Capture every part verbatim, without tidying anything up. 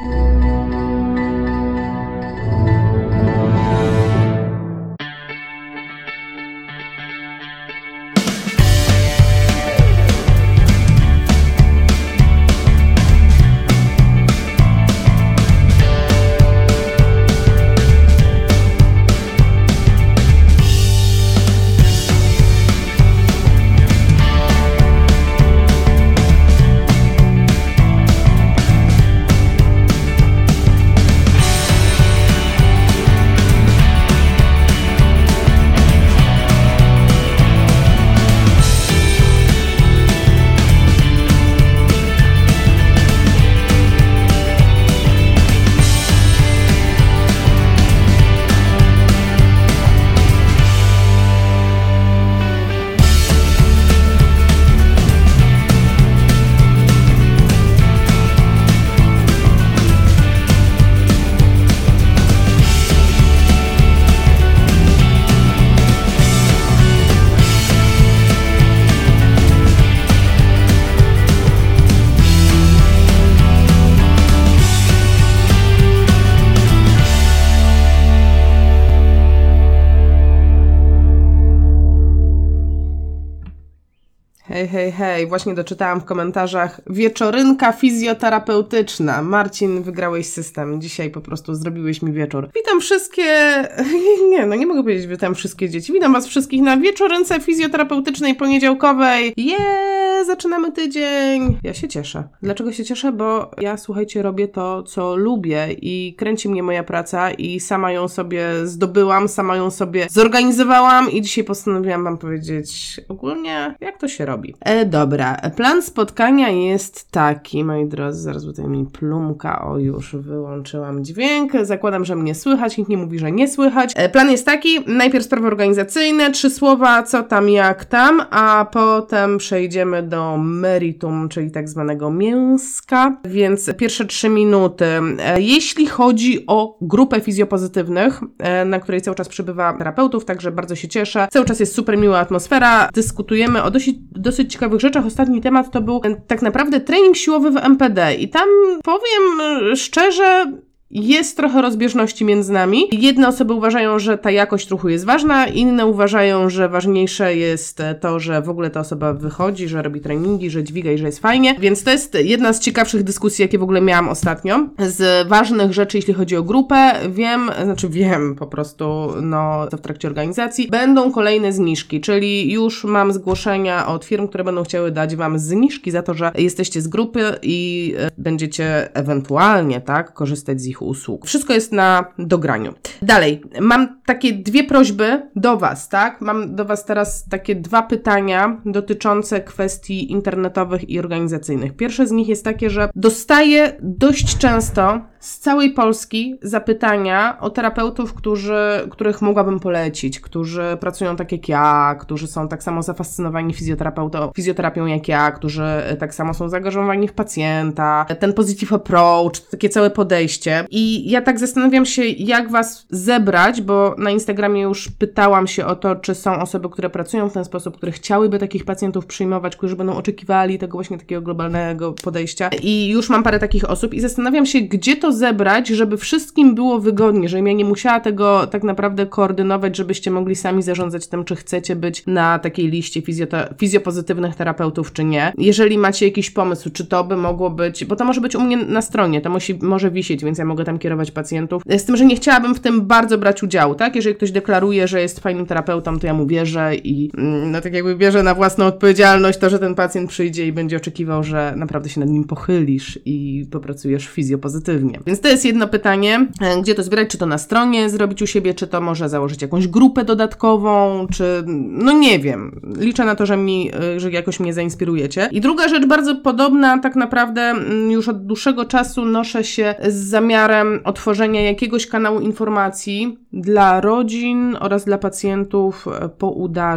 Hej, hej, hej, właśnie doczytałam w komentarzach wieczorynka fizjoterapeutyczna. Marcin, wygrałeś system. Dzisiaj po prostu zrobiłeś mi wieczór. Witam wszystkie... Nie, no nie mogę powiedzieć witam wszystkie dzieci. Witam was wszystkich na wieczorynce fizjoterapeutycznej poniedziałkowej. Jeee, zaczynamy tydzień. Ja się cieszę. Dlaczego się cieszę? Bo ja, słuchajcie, robię to, co lubię i kręci mnie moja praca i sama ją sobie zdobyłam, sama ją sobie zorganizowałam i dzisiaj postanowiłam wam powiedzieć ogólnie, jak to się robi. E, dobra, plan spotkania jest taki, moi drodzy, zaraz tutaj mi plumka, o już wyłączyłam dźwięk, zakładam, że mnie słychać, nikt nie mówi, że nie słychać. E, plan jest taki, najpierw sprawy organizacyjne, trzy słowa, co tam, jak tam, a potem przejdziemy do meritum, czyli tak zwanego mięska, więc pierwsze trzy minuty. E, jeśli chodzi o grupę fizjopozytywnych, e, na której cały czas przybywa terapeutów, także bardzo się cieszę, cały czas jest super miła atmosfera, dyskutujemy o dosyć dosyć ciekawych rzeczach. Ostatni temat to był tak naprawdę trening siłowy w M P D i tam powiem szczerze, jest trochę rozbieżności między nami. Jedne osoby uważają, że ta jakość ruchu jest ważna, inne uważają, że ważniejsze jest to, że w ogóle ta osoba wychodzi, że robi treningi, że dźwiga i że jest fajnie. Więc to jest jedna z ciekawszych dyskusji, jakie w ogóle miałam ostatnio. Z ważnych rzeczy, jeśli chodzi o grupę, wiem, znaczy wiem po prostu, no to w trakcie organizacji, będą kolejne zniżki, czyli już mam zgłoszenia od firm, które będą chciały dać wam zniżki za to, że jesteście z grupy i będziecie ewentualnie, tak, korzystać z ich usług. Wszystko jest na dograniu. Dalej, mam takie dwie prośby do was, tak? Mam do was teraz takie dwa pytania dotyczące kwestii internetowych i organizacyjnych. Pierwsze z nich jest takie, że dostaję dość często z całej Polski zapytania o terapeutów, którzy, których mogłabym polecić, którzy pracują tak jak ja, którzy są tak samo zafascynowani fizjoterapeutą, fizjoterapią jak ja, którzy tak samo są zaangażowani w pacjenta, ten positive approach, takie całe podejście. I ja tak zastanawiam się, jak was zebrać, bo na Instagramie już pytałam się o to, czy są osoby, które pracują w ten sposób, które chciałyby takich pacjentów przyjmować, którzy będą oczekiwali tego właśnie takiego globalnego podejścia. I już mam parę takich osób i zastanawiam się, gdzie to zebrać, żeby wszystkim było wygodnie, żebym ja nie musiała tego tak naprawdę koordynować, żebyście mogli sami zarządzać tym, czy chcecie być na takiej liście fizjota- fizjopozytywnych terapeutów, czy nie. Jeżeli macie jakiś pomysł, czy to by mogło być, bo to może być u mnie na stronie, to musi, może wisieć, więc ja mogę tam kierować pacjentów. Z tym, że nie chciałabym w tym bardzo brać udziału, tak? Jeżeli ktoś deklaruje, że jest fajnym terapeutą, to ja mu wierzę i no tak jakby bierze na własną odpowiedzialność to, że ten pacjent przyjdzie i będzie oczekiwał, że naprawdę się nad nim pochylisz i popracujesz fizjopozytywnie. Więc to jest jedno pytanie, gdzie to zbierać, czy to na stronie zrobić u siebie, czy to może założyć jakąś grupę dodatkową, czy no nie wiem. Liczę na to, że mi, że jakoś mnie zainspirujecie. I druga rzecz bardzo podobna, tak naprawdę już od dłuższego czasu noszę się z zamiarem otworzenia jakiegoś kanału informacji dla rodzin oraz dla pacjentów po udarze.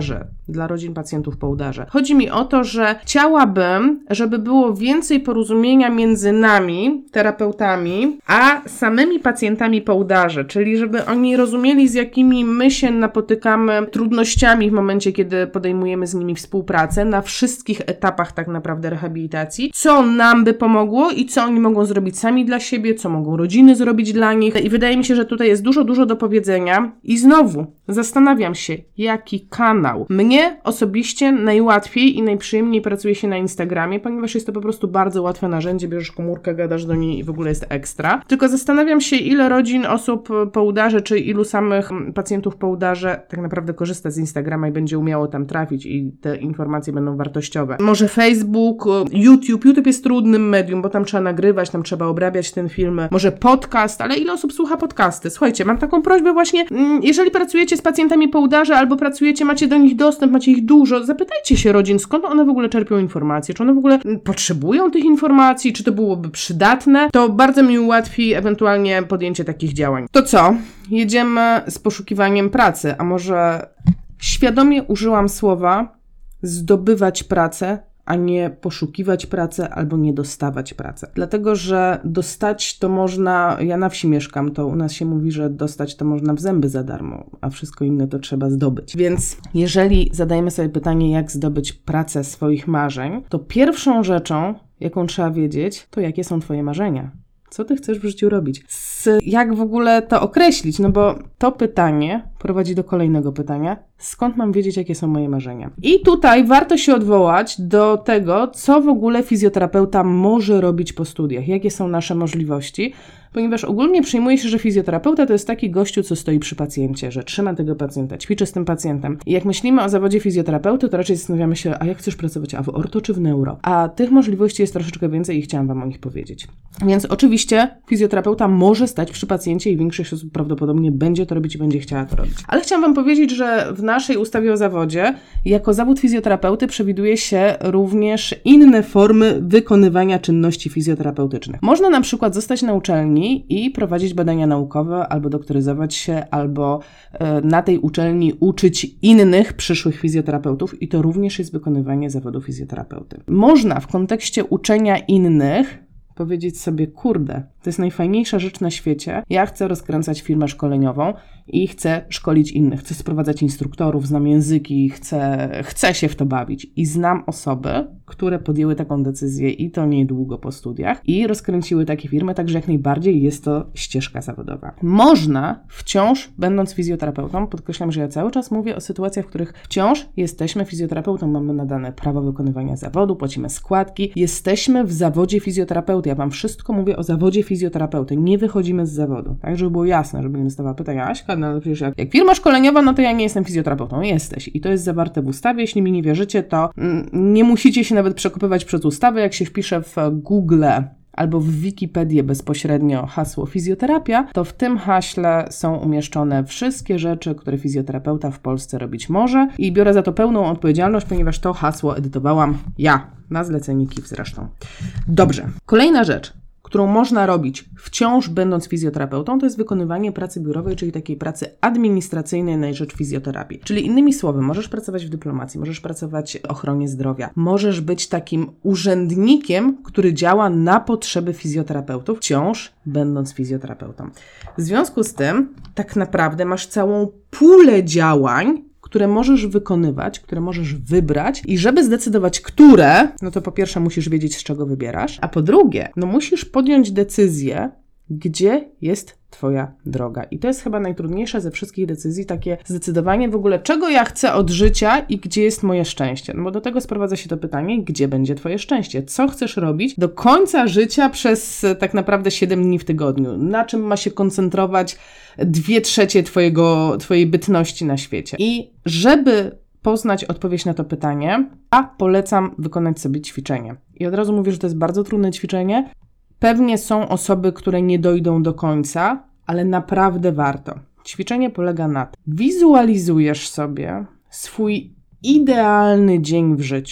dla rodzin pacjentów po udarze. Chodzi mi o to, że chciałabym, żeby było więcej porozumienia między nami, terapeutami, a samymi pacjentami po udarze, czyli żeby oni rozumieli, z jakimi my się napotykamy trudnościami w momencie, kiedy podejmujemy z nimi współpracę na wszystkich etapach tak naprawdę rehabilitacji, co nam by pomogło i co oni mogą zrobić sami dla siebie, co mogą rodziny zrobić dla nich. I wydaje mi się, że tutaj jest dużo, dużo do powiedzenia i znowu zastanawiam się, jaki kanał. Mnie osobiście najłatwiej i najprzyjemniej pracuje się na Instagramie, ponieważ jest to po prostu bardzo łatwe narzędzie, bierzesz komórkę, gadasz do niej i w ogóle jest ekstra. Tylko zastanawiam się, ile rodzin, osób po udarze, czy ilu samych pacjentów po udarze tak naprawdę korzysta z Instagrama i będzie umiało tam trafić i te informacje będą wartościowe. Może Facebook, YouTube. YouTube jest trudnym medium, bo tam trzeba nagrywać, tam trzeba obrabiać ten film. Może podcast, ale ile osób słucha podcasty? Słuchajcie, mam taką prośbę właśnie, jeżeli pracujecie z pacjentami po udarze albo pracujecie, macie do nich dostęp, macie ich dużo, zapytajcie się rodzin, skąd one w ogóle czerpią informacje, czy one w ogóle potrzebują tych informacji, czy to byłoby przydatne, to bardzo mi ułatwi ewentualnie podjęcie takich działań. To co? Jedziemy z poszukiwaniem pracy, a może świadomie użyłam słowa zdobywać pracę, a nie poszukiwać pracy albo nie dostawać pracy. Dlatego, że dostać to można, ja na wsi mieszkam, to u nas się mówi, że dostać to można w zęby za darmo, a wszystko inne to trzeba zdobyć. Więc jeżeli zadajemy sobie pytanie, jak zdobyć pracę swoich marzeń, to pierwszą rzeczą, jaką trzeba wiedzieć, to jakie są twoje marzenia. Co ty chcesz w życiu robić? Z, jak w ogóle to określić? No bo to pytanie prowadzi do kolejnego pytania. Skąd mam wiedzieć, jakie są moje marzenia? I tutaj warto się odwołać do tego, co w ogóle fizjoterapeuta może robić po studiach. Jakie są nasze możliwości? Ponieważ ogólnie przyjmuje się, że fizjoterapeuta to jest taki gościu, co stoi przy pacjencie, że trzyma tego pacjenta, ćwiczy z tym pacjentem. I jak myślimy o zawodzie fizjoterapeuty, to raczej zastanawiamy się, a jak chcesz pracować, a w orto czy w neuro? A tych możliwości jest troszeczkę więcej i chciałam wam o nich powiedzieć. Więc oczywiście fizjoterapeuta może stać przy pacjencie i większość osób prawdopodobnie będzie to robić i będzie chciała to robić. Ale chciałam wam powiedzieć, że w naszej ustawie o zawodzie jako zawód fizjoterapeuty przewiduje się również inne formy wykonywania czynności fizjoterapeutycznych. Można na przykład zostać na uczelni i prowadzić badania naukowe, albo doktoryzować się, albo e, na tej uczelni uczyć innych przyszłych fizjoterapeutów i to również jest wykonywanie zawodu fizjoterapeuty. Można w kontekście uczenia innych powiedzieć sobie, kurde, to jest najfajniejsza rzecz na świecie, ja chcę rozkręcać firmę szkoleniową i chcę szkolić innych, chcę sprowadzać instruktorów, znam języki, chcę, chcę się w to bawić. I znam osoby, które podjęły taką decyzję i to niedługo po studiach i rozkręciły takie firmy, także jak najbardziej jest to ścieżka zawodowa. Można wciąż, będąc fizjoterapeutą, podkreślam, że ja cały czas mówię o sytuacjach, w których wciąż jesteśmy fizjoterapeutą, mamy nadane prawo wykonywania zawodu, płacimy składki, jesteśmy w zawodzie fizjoterapeuty. Ja wam wszystko mówię o zawodzie fizjoterapeuty, nie wychodzimy z zawodu, tak, żeby było jasne, żeby nie dostawała pytania, Aśka, no ale przecież jak, jak firma szkoleniowa, no to ja nie jestem fizjoterapeutą. Jesteś i to jest zawarte w ustawie, jeśli mi nie wierzycie, to mm, nie musicie się nawet przekopywać przez ustawę, jak się wpisze w Google albo w Wikipedię bezpośrednio hasło fizjoterapia, to w tym haśle są umieszczone wszystkie rzeczy, które fizjoterapeuta w Polsce robić może i biorę za to pełną odpowiedzialność, ponieważ to hasło edytowałam ja, na zlecenie K I W zresztą. Dobrze, kolejna rzecz, którą można robić wciąż będąc fizjoterapeutą, to jest wykonywanie pracy biurowej, czyli takiej pracy administracyjnej na rzecz fizjoterapii. Czyli innymi słowy, możesz pracować w dyplomacji, możesz pracować w ochronie zdrowia, możesz być takim urzędnikiem, który działa na potrzeby fizjoterapeutów, wciąż będąc fizjoterapeutą. W związku z tym, tak naprawdę masz całą pulę działań, które możesz wykonywać, które możesz wybrać i żeby zdecydować, które, no to po pierwsze musisz wiedzieć, z czego wybierasz, a po drugie, no musisz podjąć decyzję, gdzie jest twoja droga. I to jest chyba najtrudniejsze ze wszystkich decyzji, takie zdecydowanie w ogóle, czego ja chcę od życia i gdzie jest moje szczęście. No bo do tego sprowadza się to pytanie, gdzie będzie twoje szczęście? Co chcesz robić do końca życia przez tak naprawdę siedem dni w tygodniu? Na czym ma się koncentrować dwie trzecie twojego, twojej bytności na świecie? I żeby poznać odpowiedź na to pytanie, a polecam wykonać sobie ćwiczenie. I od razu mówię, że to jest bardzo trudne ćwiczenie. Pewnie są osoby, które nie dojdą do końca, ale naprawdę warto. Ćwiczenie polega na tym, wizualizujesz sobie swój idealny dzień w życiu.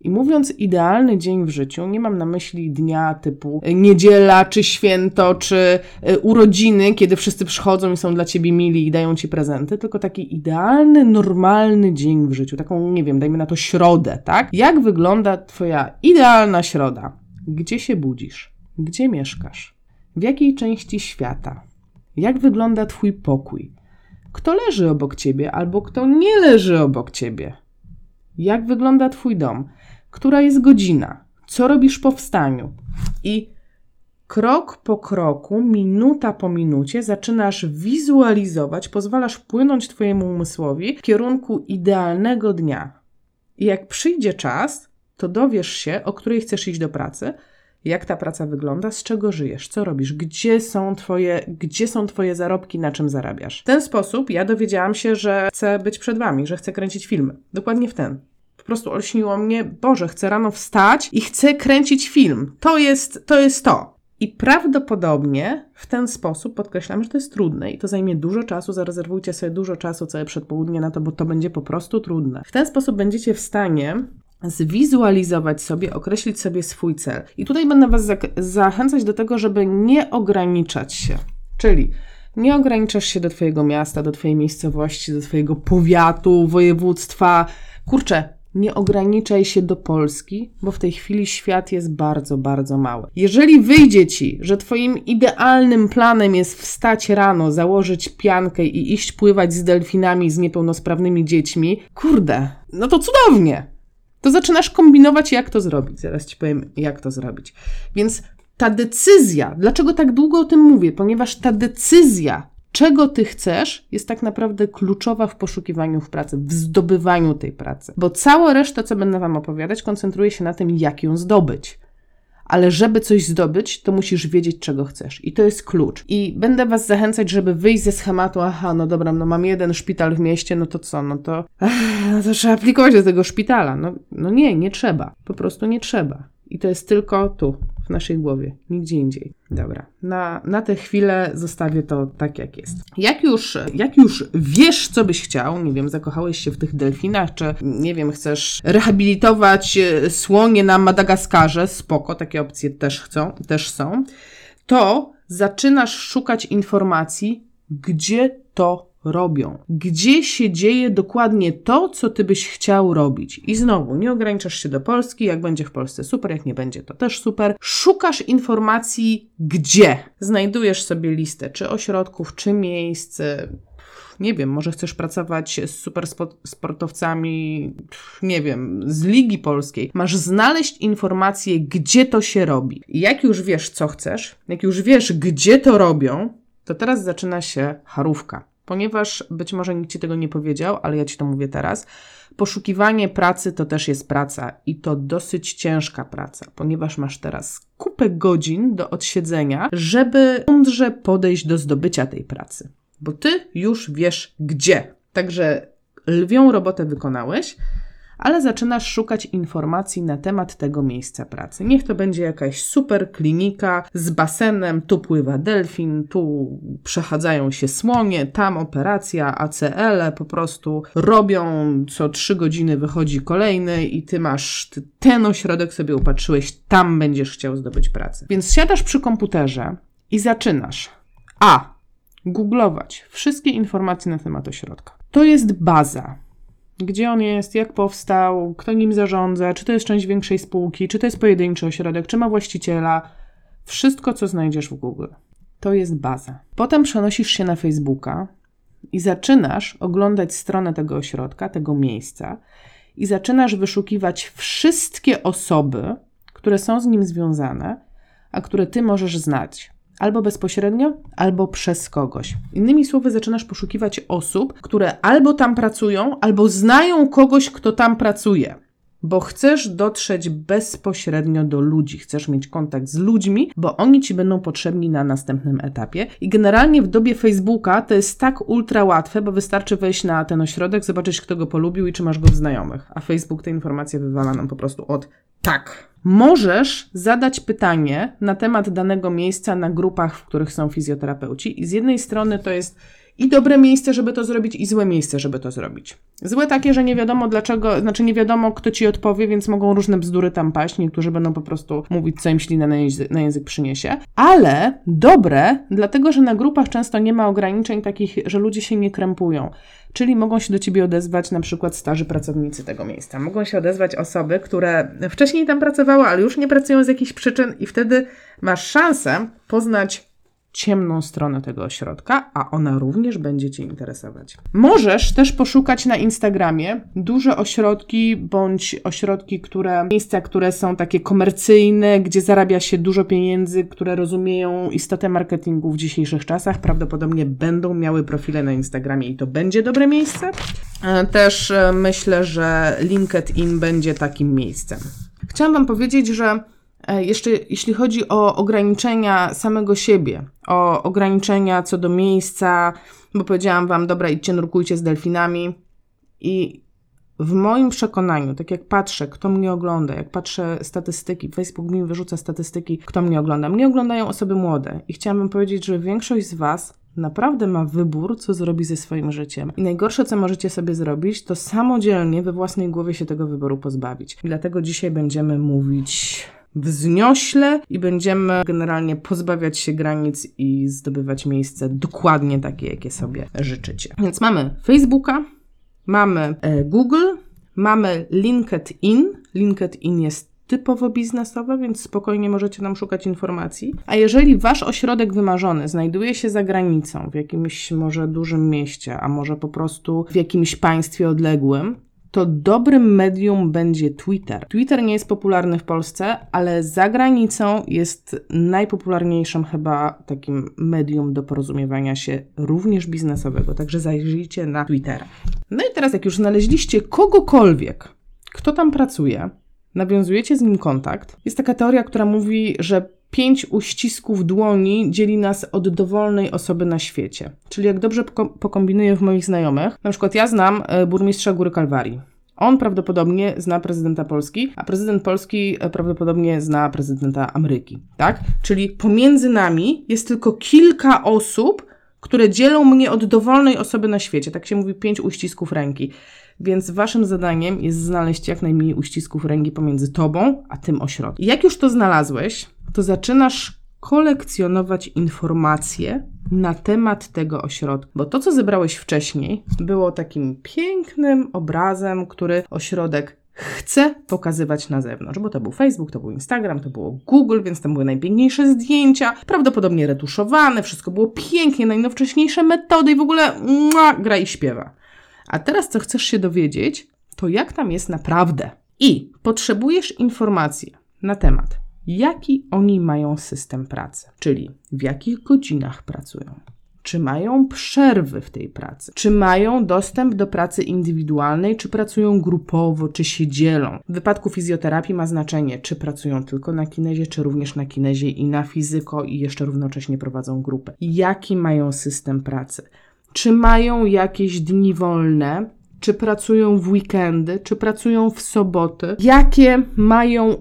I mówiąc idealny dzień w życiu, nie mam na myśli dnia typu niedziela, czy święto, czy urodziny, kiedy wszyscy przychodzą i są dla ciebie mili i dają ci prezenty, tylko taki idealny, normalny dzień w życiu. Taką, nie wiem, dajmy na to środę, tak? Jak wygląda twoja idealna środa? Gdzie się budzisz? Gdzie mieszkasz? W jakiej części świata? Jak wygląda twój pokój? Kto leży obok ciebie albo kto nie leży obok ciebie? Jak wygląda twój dom? Która jest godzina? Co robisz po wstaniu? I krok po kroku, minuta po minucie zaczynasz wizualizować, pozwalasz płynąć twojemu umysłowi w kierunku idealnego dnia. I jak przyjdzie czas, to dowiesz się, o której chcesz iść do pracy, jak ta praca wygląda, z czego żyjesz, co robisz, gdzie są twoje, gdzie są twoje zarobki, na czym zarabiasz. W ten sposób ja dowiedziałam się, że chcę być przed wami, że chcę kręcić filmy. Dokładnie w ten. Po prostu olśniło mnie, Boże, chcę rano wstać i chcę kręcić film. To jest to. Jest to. I prawdopodobnie w ten sposób, podkreślam, że to jest trudne i to zajmie dużo czasu, zarezerwujcie sobie dużo czasu, całe przedpołudnie na to, bo to będzie po prostu trudne. W ten sposób będziecie w stanie zwizualizować sobie, określić sobie swój cel. I tutaj będę was za- zachęcać do tego, żeby nie ograniczać się. Czyli nie ograniczasz się do twojego miasta, do twojej miejscowości, do twojego powiatu, województwa. Kurczę, nie ograniczaj się do Polski, bo w tej chwili świat jest bardzo, bardzo mały. Jeżeli wyjdzie ci, że twoim idealnym planem jest wstać rano, założyć piankę i iść pływać z delfinami, z niepełnosprawnymi dziećmi, kurde, no to cudownie! To zaczynasz kombinować, jak to zrobić. Zaraz ci powiem, jak to zrobić. Więc ta decyzja, dlaczego tak długo o tym mówię? Ponieważ ta decyzja, czego ty chcesz, jest tak naprawdę kluczowa w poszukiwaniu w pracy, w zdobywaniu tej pracy. Bo cała reszta, co będę wam opowiadać, koncentruje się na tym, jak ją zdobyć. Ale żeby coś zdobyć, to musisz wiedzieć, czego chcesz. I to jest klucz. I będę was zachęcać, żeby wyjść ze schematu, aha, no dobra, no mam jeden szpital w mieście, no to co, no to, ach, no to trzeba aplikować do tego szpitala. No, no nie, nie trzeba. Po prostu nie trzeba. I to jest tylko tu, w naszej głowie, nigdzie indziej. Dobra, na, na tę chwilę zostawię to tak, jak jest. Jak już, jak już wiesz, co byś chciał, nie wiem, zakochałeś się w tych delfinach, czy nie wiem, chcesz rehabilitować słonie na Madagaskarze, spoko, takie opcje też chcą, też są, to zaczynasz szukać informacji, gdzie to robią. Gdzie się dzieje dokładnie to, co ty byś chciał robić. I znowu, nie ograniczasz się do Polski, jak będzie w Polsce super, jak nie będzie to też super. Szukasz informacji gdzie. Znajdujesz sobie listę czy ośrodków, czy miejsc. Nie wiem, może chcesz pracować z super sportowcami, nie wiem, z Ligi Polskiej. Masz znaleźć informacje, gdzie to się robi. I jak już wiesz, co chcesz, jak już wiesz, gdzie to robią, to teraz zaczyna się charówka. Ponieważ być może nikt ci tego nie powiedział, ale ja ci to mówię teraz. Poszukiwanie pracy to też jest praca i to dosyć ciężka praca, ponieważ masz teraz kupę godzin do odsiedzenia, żeby mądrze podejść do zdobycia tej pracy. Bo ty już wiesz gdzie. Także lwią robotę wykonałeś, ale zaczynasz szukać informacji na temat tego miejsca pracy. Niech to będzie jakaś super klinika z basenem, tu pływa delfin, tu przechadzają się słonie, tam operacja, A C L, po prostu robią, co trzy godziny wychodzi kolejny i ty masz ty, ten ośrodek sobie upatrzyłeś, tam będziesz chciał zdobyć pracę. Więc siadasz przy komputerze i zaczynasz a. googlować wszystkie informacje na temat ośrodka. To jest baza. Gdzie on jest, jak powstał, kto nim zarządza, czy to jest część większej spółki, czy to jest pojedynczy ośrodek, czy ma właściciela. Wszystko, co znajdziesz w Google. To jest baza. Potem przenosisz się na Facebooka i zaczynasz oglądać stronę tego ośrodka, tego miejsca i zaczynasz wyszukiwać wszystkie osoby, które są z nim związane, a które ty możesz znać. Albo bezpośrednio, albo przez kogoś. Innymi słowy, zaczynasz poszukiwać osób, które albo tam pracują, albo znają kogoś, kto tam pracuje. Bo chcesz dotrzeć bezpośrednio do ludzi. Chcesz mieć kontakt z ludźmi, bo oni ci będą potrzebni na następnym etapie. I generalnie w dobie Facebooka to jest tak ultra łatwe, bo wystarczy wejść na ten ośrodek, zobaczyć, kto go polubił i czy masz go w znajomych. A Facebook te informacje wywala nam po prostu od tak. Możesz zadać pytanie na temat danego miejsca na grupach, w których są fizjoterapeuci i z jednej strony to jest i dobre miejsce, żeby to zrobić, i złe miejsce, żeby to zrobić. Złe takie, że nie wiadomo dlaczego, znaczy nie wiadomo, kto ci odpowie, więc mogą różne bzdury tam paść. Niektórzy będą po prostu mówić, co im ślina na język, na język przyniesie. Ale dobre, dlatego, że na grupach często nie ma ograniczeń takich, że ludzie się nie krępują. Czyli mogą się do ciebie odezwać na przykład starzy pracownicy tego miejsca. Mogą się odezwać osoby, które wcześniej tam pracowały, ale już nie pracują z jakichś przyczyn i wtedy masz szansę poznać ciemną stronę tego ośrodka, a ona również będzie cię interesować. Możesz też poszukać na Instagramie duże ośrodki, bądź ośrodki, które, miejsca, które są takie komercyjne, gdzie zarabia się dużo pieniędzy, które rozumieją istotę marketingu w dzisiejszych czasach. Prawdopodobnie będą miały profile na Instagramie i to będzie dobre miejsce. Też myślę, że LinkedIn będzie takim miejscem. Chciałam wam powiedzieć, że jeszcze jeśli chodzi o ograniczenia samego siebie, o ograniczenia co do miejsca, bo powiedziałam wam, dobra, idźcie, nurkujcie z delfinami i w moim przekonaniu, tak jak patrzę, kto mnie ogląda, jak patrzę statystyki, Facebook mi wyrzuca statystyki, kto mnie ogląda. Mnie oglądają osoby młode i chciałam wam powiedzieć, że większość z was naprawdę ma wybór, co zrobi ze swoim życiem. I najgorsze, co możecie sobie zrobić, to samodzielnie we własnej głowie się tego wyboru pozbawić. I dlatego dzisiaj będziemy mówić wzniośle i będziemy generalnie pozbawiać się granic i zdobywać miejsce dokładnie takie, jakie sobie życzycie. Więc mamy Facebooka, mamy e, Google, mamy LinkedIn. LinkedIn jest typowo biznesowe, więc spokojnie możecie tam szukać informacji. A jeżeli wasz ośrodek wymarzony znajduje się za granicą, w jakimś może dużym mieście, a może po prostu w jakimś państwie odległym, to dobrym medium będzie Twitter. Twitter nie jest popularny w Polsce, ale za granicą jest najpopularniejszym chyba takim medium do porozumiewania się również biznesowego, także zajrzyjcie na Twittera. No i teraz jak już znaleźliście kogokolwiek, kto tam pracuje, nawiązujecie z nim kontakt. Jest taka teoria, która mówi, że pięć uścisków dłoni dzieli nas od dowolnej osoby na świecie. Czyli jak dobrze pokombinuję w moich znajomych, na przykład ja znam burmistrza Góry Kalwarii. On prawdopodobnie zna prezydenta Polski, a prezydent Polski prawdopodobnie zna prezydenta Ameryki, tak? Czyli pomiędzy nami jest tylko kilka osób, które dzielą mnie od dowolnej osoby na świecie. Tak się mówi, pięć uścisków ręki. Więc waszym zadaniem jest znaleźć jak najmniej uścisków ręki pomiędzy tobą a tym ośrodkiem. Jak już to znalazłeś, to zaczynasz kolekcjonować informacje na temat tego ośrodka. Bo to, co zebrałeś wcześniej, było takim pięknym obrazem, który ośrodek chce pokazywać na zewnątrz, bo to był Facebook, to był Instagram, to było Google, więc tam były najpiękniejsze zdjęcia, prawdopodobnie retuszowane, wszystko było pięknie, najnowocześniejsze metody i w ogóle mua, gra i śpiewa. A teraz, co chcesz się dowiedzieć, to jak tam jest naprawdę. I potrzebujesz informacji na temat, jaki oni mają system pracy, czyli w jakich godzinach pracują, czy mają przerwy w tej pracy, czy mają dostęp do pracy indywidualnej, czy pracują grupowo, czy się dzielą. W wypadku fizjoterapii ma znaczenie, czy pracują tylko na kinezie, czy również na kinezie i na fizyko i jeszcze równocześnie prowadzą grupę. Jaki mają system pracy? Czy mają jakieś dni wolne? Czy pracują w weekendy? Czy pracują w soboty? Jakie mają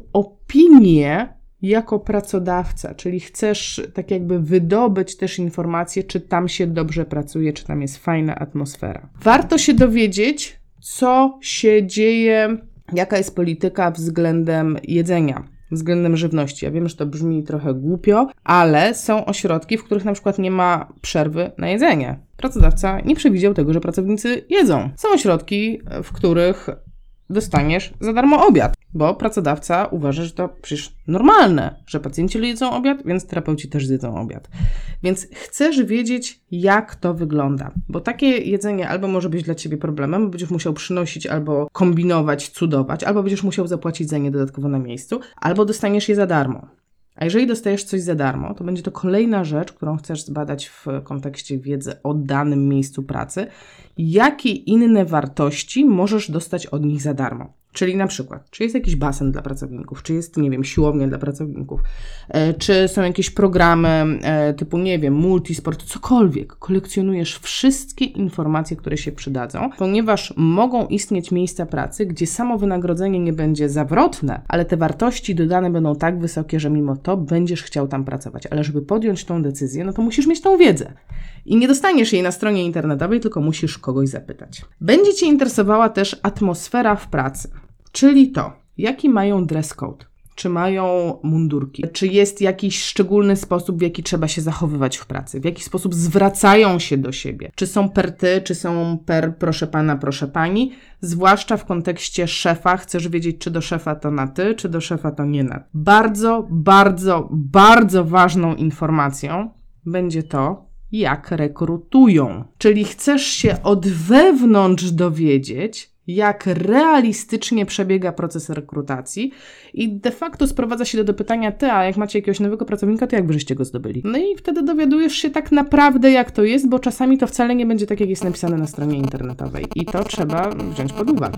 opinie jako pracodawca? Czyli chcesz tak jakby wydobyć też informacje, czy tam się dobrze pracuje, czy tam jest fajna atmosfera. Warto się dowiedzieć, co się dzieje, jaka jest polityka względem jedzenia, względem żywności. Ja wiem, że to brzmi trochę głupio, ale są ośrodki, w których na przykład nie ma przerwy na jedzenie. Pracodawca nie przewidział tego, że pracownicy jedzą. Są ośrodki, w których dostaniesz za darmo obiad, bo pracodawca uważa, że to przecież normalne, że pacjenci jedzą obiad, więc terapeuci też zjedzą obiad. Więc chcesz wiedzieć, jak to wygląda, bo takie jedzenie albo może być dla ciebie problemem, bo będziesz musiał przynosić albo kombinować, cudować, albo będziesz musiał zapłacić za nie dodatkowo na miejscu, albo dostaniesz je za darmo. A jeżeli dostajesz coś za darmo, to będzie to kolejna rzecz, którą chcesz zbadać w kontekście wiedzy o danym miejscu pracy. Jakie inne wartości możesz dostać od nich za darmo? Czyli na przykład, czy jest jakiś basen dla pracowników, czy jest, nie wiem, siłownia dla pracowników, e, czy są jakieś programy e, typu, nie wiem, multisport, cokolwiek. Kolekcjonujesz wszystkie informacje, które się przydadzą, ponieważ mogą istnieć miejsca pracy, gdzie samo wynagrodzenie nie będzie zawrotne, ale te wartości dodane będą tak wysokie, że mimo to będziesz chciał tam pracować. Ale żeby podjąć tą decyzję, no to musisz mieć tą wiedzę. I nie dostaniesz jej na stronie internetowej, tylko musisz kogoś zapytać. Będzie Cię interesowała też atmosfera w pracy, czyli to, jaki mają dress code, czy mają mundurki, czy jest jakiś szczególny sposób, w jaki trzeba się zachowywać w pracy, w jaki sposób zwracają się do siebie, czy są per ty, czy są per proszę pana, proszę pani, zwłaszcza w kontekście szefa, chcesz wiedzieć, czy do szefa to na ty, czy do szefa to nie na ty. Bardzo, bardzo, bardzo ważną informacją będzie to, jak rekrutują. Czyli chcesz się od wewnątrz dowiedzieć, jak realistycznie przebiega proces rekrutacji i de facto sprowadza się do, do pytania, ty, a jak macie jakiegoś nowego pracownika, to jak wy żeście go zdobyli? No i wtedy dowiadujesz się tak naprawdę, jak to jest, bo czasami to wcale nie będzie tak, jak jest napisane na stronie internetowej i to trzeba wziąć pod uwagę.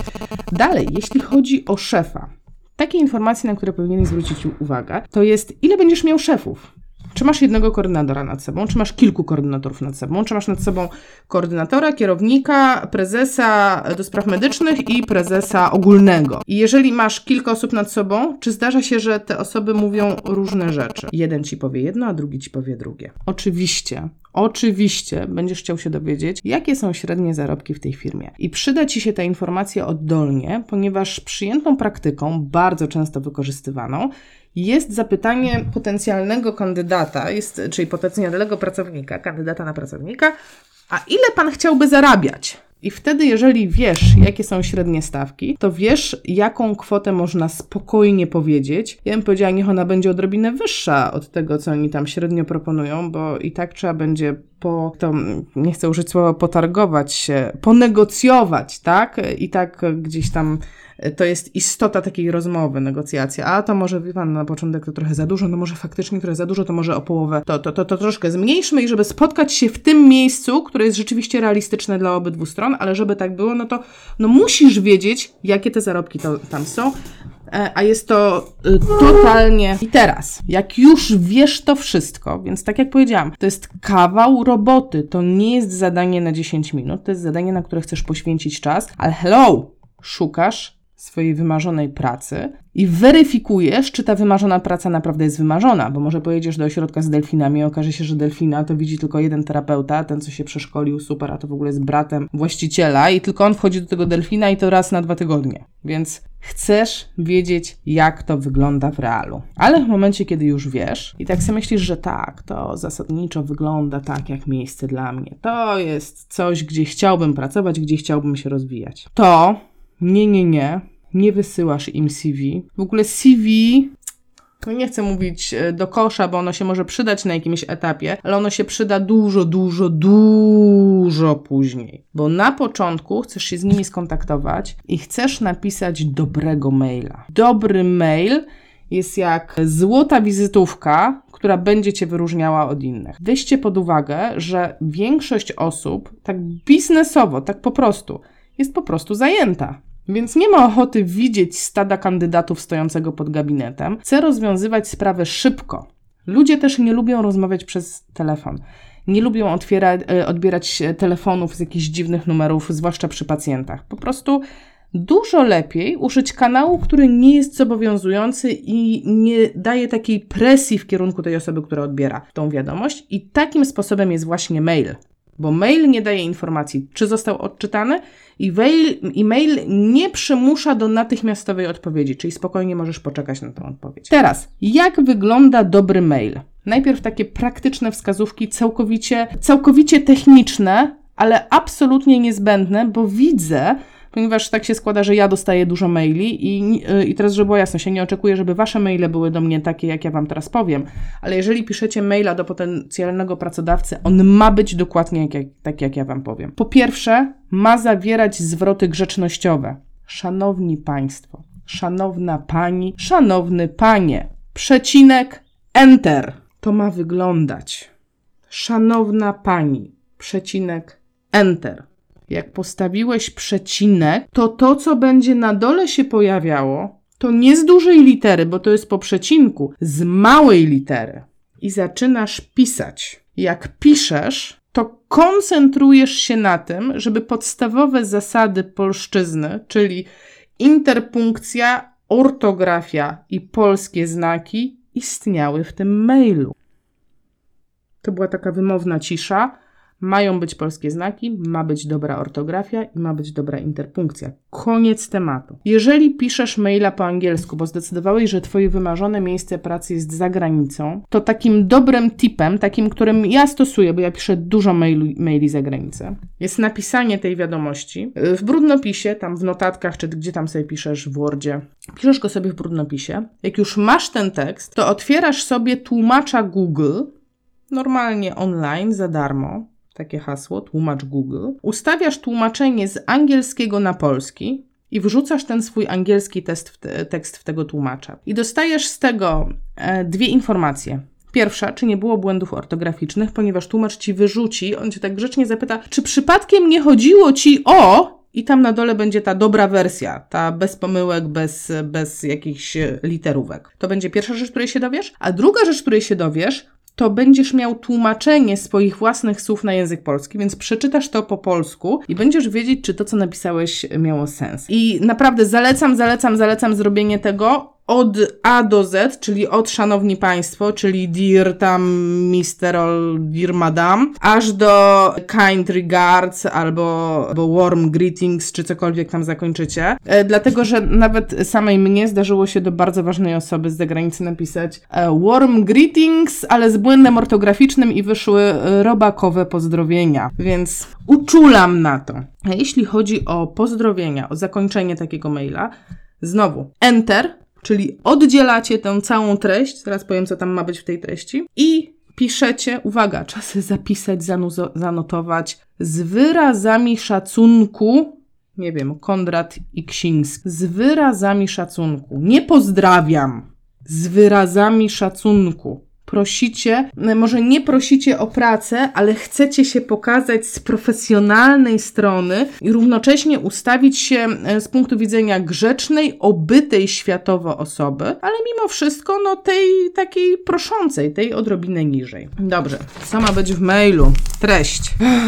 Dalej, jeśli chodzi o szefa, takie informacje, na które powinieneś zwrócić uwagę, to jest, ile będziesz miał szefów. Czy masz jednego koordynatora nad sobą, czy masz kilku koordynatorów nad sobą, czy masz nad sobą koordynatora, kierownika, prezesa do spraw medycznych i prezesa ogólnego. I jeżeli masz kilka osób nad sobą, czy zdarza się, że te osoby mówią różne rzeczy? Jeden ci powie jedno, a drugi ci powie drugie. Oczywiście, oczywiście będziesz chciał się dowiedzieć, jakie są średnie zarobki w tej firmie. I przyda ci się ta informacja oddolnie, ponieważ przyjętą praktyką, bardzo często wykorzystywaną, jest zapytanie potencjalnego kandydata, jest, czyli potencjalnego pracownika, kandydata na pracownika, a ile pan chciałby zarabiać? I wtedy, jeżeli wiesz, jakie są średnie stawki, to wiesz, jaką kwotę można spokojnie powiedzieć. Ja bym powiedziała, niech ona będzie odrobinę wyższa od tego, co oni tam średnio proponują, bo i tak trzeba będzie po, to nie chcę użyć słowa potargować się, ponegocjować, tak? I tak gdzieś tam to jest istota takiej rozmowy, negocjacji. A to może, wie pan, na początek to trochę za dużo, no może faktycznie trochę za dużo, to może o połowę, to, to, to, to troszkę zmniejszmy i żeby spotkać się w tym miejscu, które jest rzeczywiście realistyczne dla obydwu stron, ale żeby tak było, no to no musisz wiedzieć, jakie te zarobki to, tam są, a jest to y, totalnie... I teraz, jak już wiesz to wszystko, więc tak jak powiedziałam, to jest kawał roboty, to nie jest zadanie na dziesięć minut, to jest zadanie, na które chcesz poświęcić czas, ale hello, szukasz swojej wymarzonej pracy i weryfikujesz, czy ta wymarzona praca naprawdę jest wymarzona, bo może pojedziesz do ośrodka z delfinami i okaże się, że delfina to widzi tylko jeden terapeuta, ten, co się przeszkolił, super, a to w ogóle jest bratem właściciela i tylko on wchodzi do tego delfina i to raz na dwa tygodnie. Więc chcesz wiedzieć, jak to wygląda w realu. Ale w momencie, kiedy już wiesz i tak sobie myślisz, że tak, to zasadniczo wygląda tak, jak miejsce dla mnie. To jest coś, gdzie chciałbym pracować, gdzie chciałbym się rozwijać. To nie, nie, nie. Nie wysyłasz im C V. W ogóle C V, no nie chcę mówić do kosza, bo ono się może przydać na jakimś etapie, ale ono się przyda dużo, dużo, dużo później. Bo na początku chcesz się z nimi skontaktować i chcesz napisać dobrego maila. Dobry mail jest jak złota wizytówka, która będzie cię wyróżniała od innych. Weźcie pod uwagę, że większość osób tak biznesowo, tak po prostu, jest po prostu zajęta. Więc nie ma ochoty widzieć stada kandydatów stojącego pod gabinetem. Chce rozwiązywać sprawę szybko. Ludzie też nie lubią rozmawiać przez telefon. Nie lubią otwierać, odbierać telefonów z jakichś dziwnych numerów, zwłaszcza przy pacjentach. Po prostu dużo lepiej użyć kanału, który nie jest zobowiązujący i nie daje takiej presji w kierunku tej osoby, która odbiera tą wiadomość. I takim sposobem jest właśnie mail. Bo mail nie daje informacji, czy został odczytany i mail, i mail nie przymusza do natychmiastowej odpowiedzi, czyli spokojnie możesz poczekać na tę odpowiedź. Teraz, jak wygląda dobry mail? Najpierw takie praktyczne wskazówki, całkowicie, całkowicie techniczne, ale absolutnie niezbędne, bo widzę, ponieważ tak się składa, że ja dostaję dużo maili i, i teraz, żeby była jasność, ja nie oczekuję, żeby wasze maile były do mnie takie, jak ja wam teraz powiem, ale jeżeli piszecie maila do potencjalnego pracodawcy, on ma być dokładnie jak, jak, tak, jak ja wam powiem. Po pierwsze, ma zawierać zwroty grzecznościowe. Szanowni państwo, szanowna pani, szanowny panie, przecinek, enter. To ma wyglądać. Szanowna pani, przecinek, enter. jak postawiłeś przecinek, to to, co będzie na dole się pojawiało, to nie z dużej litery, bo to jest po przecinku, z małej litery. I zaczynasz pisać. Jak piszesz, to koncentrujesz się na tym, żeby podstawowe zasady polszczyzny, czyli interpunkcja, ortografia i polskie znaki istniały w tym mailu. To była taka wymowna cisza. Mają być polskie znaki, ma być dobra ortografia i ma być dobra interpunkcja. Koniec tematu. Jeżeli piszesz maila po angielsku, bo zdecydowałeś, że twoje wymarzone miejsce pracy jest za granicą, to takim dobrym tipem, takim, którym ja stosuję, bo ja piszę dużo mailu, maili za granicę, jest napisanie tej wiadomości w brudnopisie, tam w notatkach, czy gdzie tam sobie piszesz w Wordzie. Piszesz go sobie w brudnopisie. Jak już masz ten tekst, to otwierasz sobie tłumacza Google, normalnie online, za darmo. Takie hasło, tłumacz Google. Ustawiasz tłumaczenie z angielskiego na polski i wrzucasz ten swój angielski test w te, tekst w tego tłumacza. I dostajesz z tego e, dwie informacje. Pierwsza, czy nie było błędów ortograficznych, ponieważ tłumacz ci wyrzuci, on cię tak grzecznie zapyta, czy przypadkiem nie chodziło ci o... I tam na dole będzie ta dobra wersja, ta bez pomyłek, bez, bez jakichś literówek. To będzie pierwsza rzecz, której się dowiesz. A druga rzecz, której się dowiesz, to będziesz miał tłumaczenie swoich własnych słów na język polski, więc przeczytasz to po polsku i będziesz wiedzieć, czy to, co napisałeś, miało sens. I naprawdę zalecam, zalecam, zalecam zrobienie tego od A do Z, czyli od szanowni państwo, czyli dear tam mister or dear madam, aż do kind regards albo, albo warm greetings, czy cokolwiek tam zakończycie. E, dlatego, że nawet samej mnie zdarzyło się do bardzo ważnej osoby z zagranicy napisać e, warm greetings, ale z błędem ortograficznym i wyszły e, robakowe pozdrowienia. Więc uczulam na to. A jeśli chodzi o pozdrowienia, o zakończenie takiego maila, znowu enter, czyli oddzielacie tę całą treść, zaraz powiem, co tam ma być w tej treści, i piszecie, uwaga, trzeba sobie zapisać, zanuzo- zanotować, z wyrazami szacunku, nie wiem, Konrad Iksiński, z wyrazami szacunku, nie pozdrawiam, z wyrazami szacunku. Prosicie, może nie prosicie o pracę, ale chcecie się pokazać z profesjonalnej strony i równocześnie ustawić się z punktu widzenia grzecznej, obytej światowo osoby, ale mimo wszystko no tej takiej proszącej, tej odrobinę niżej. Dobrze, co ma być w mailu? Treść.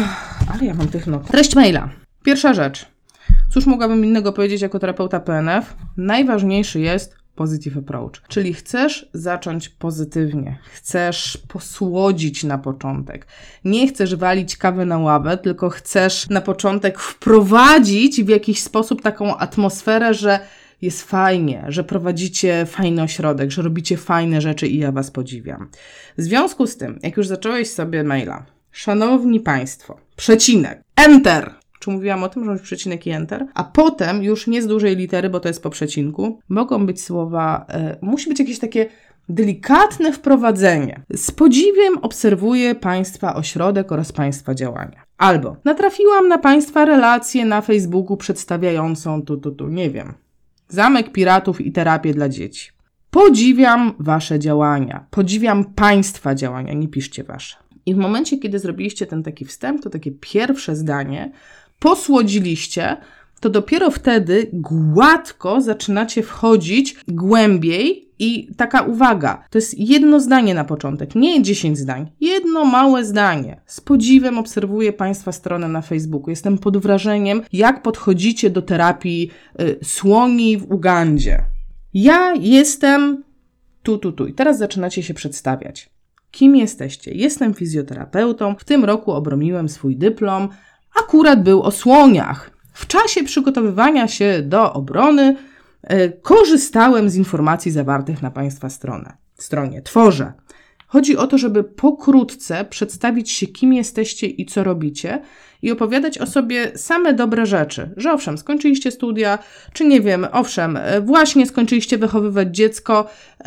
Ale ja mam tych not. Treść maila. Pierwsza rzecz. Cóż mogłabym innego powiedzieć jako terapeuta P N F? Najważniejszy jest positive approach, czyli chcesz zacząć pozytywnie, chcesz posłodzić na początek. Nie chcesz walić kawy na ławę, tylko chcesz na początek wprowadzić w jakiś sposób taką atmosferę, że jest fajnie, że prowadzicie fajny ośrodek, że robicie fajne rzeczy i ja was podziwiam. W związku z tym, jak już zacząłeś sobie maila, szanowni państwo, przecinek, enter! Czy mówiłam o tym, że być przecinek i enter? A potem, już nie z dużej litery, bo to jest po przecinku, mogą być słowa, e, musi być jakieś takie delikatne wprowadzenie. Z podziwiem obserwuję Państwa ośrodek oraz Państwa działania. Albo natrafiłam na Państwa relację na Facebooku przedstawiającą tu, tu, tu, nie wiem, Zamek Piratów i terapię dla dzieci. Podziwiam Wasze działania. Podziwiam Państwa działania, nie piszcie Wasze. I w momencie, kiedy zrobiliście ten taki wstęp, to takie pierwsze zdanie, posłodziliście, to dopiero wtedy gładko zaczynacie wchodzić głębiej i taka uwaga, to jest jedno zdanie na początek, nie dziesięć zdań, jedno małe zdanie. Z podziwem obserwuję Państwa stronę na Facebooku. Jestem pod wrażeniem, jak podchodzicie do terapii y, słoni w Ugandzie. Ja jestem tu, tu, tu. I teraz zaczynacie się przedstawiać. Kim jesteście? Jestem fizjoterapeutą. W tym roku obroniłem swój dyplom. Akurat był o słoniach. W czasie przygotowywania się do obrony e, korzystałem z informacji zawartych na Państwa stronę, stronie. Tworzę. Chodzi o to, żeby pokrótce przedstawić się, kim jesteście i co robicie i opowiadać o sobie same dobre rzeczy. Że owszem, skończyliście studia, czy nie wiem, owszem, właśnie skończyliście wychowywać dziecko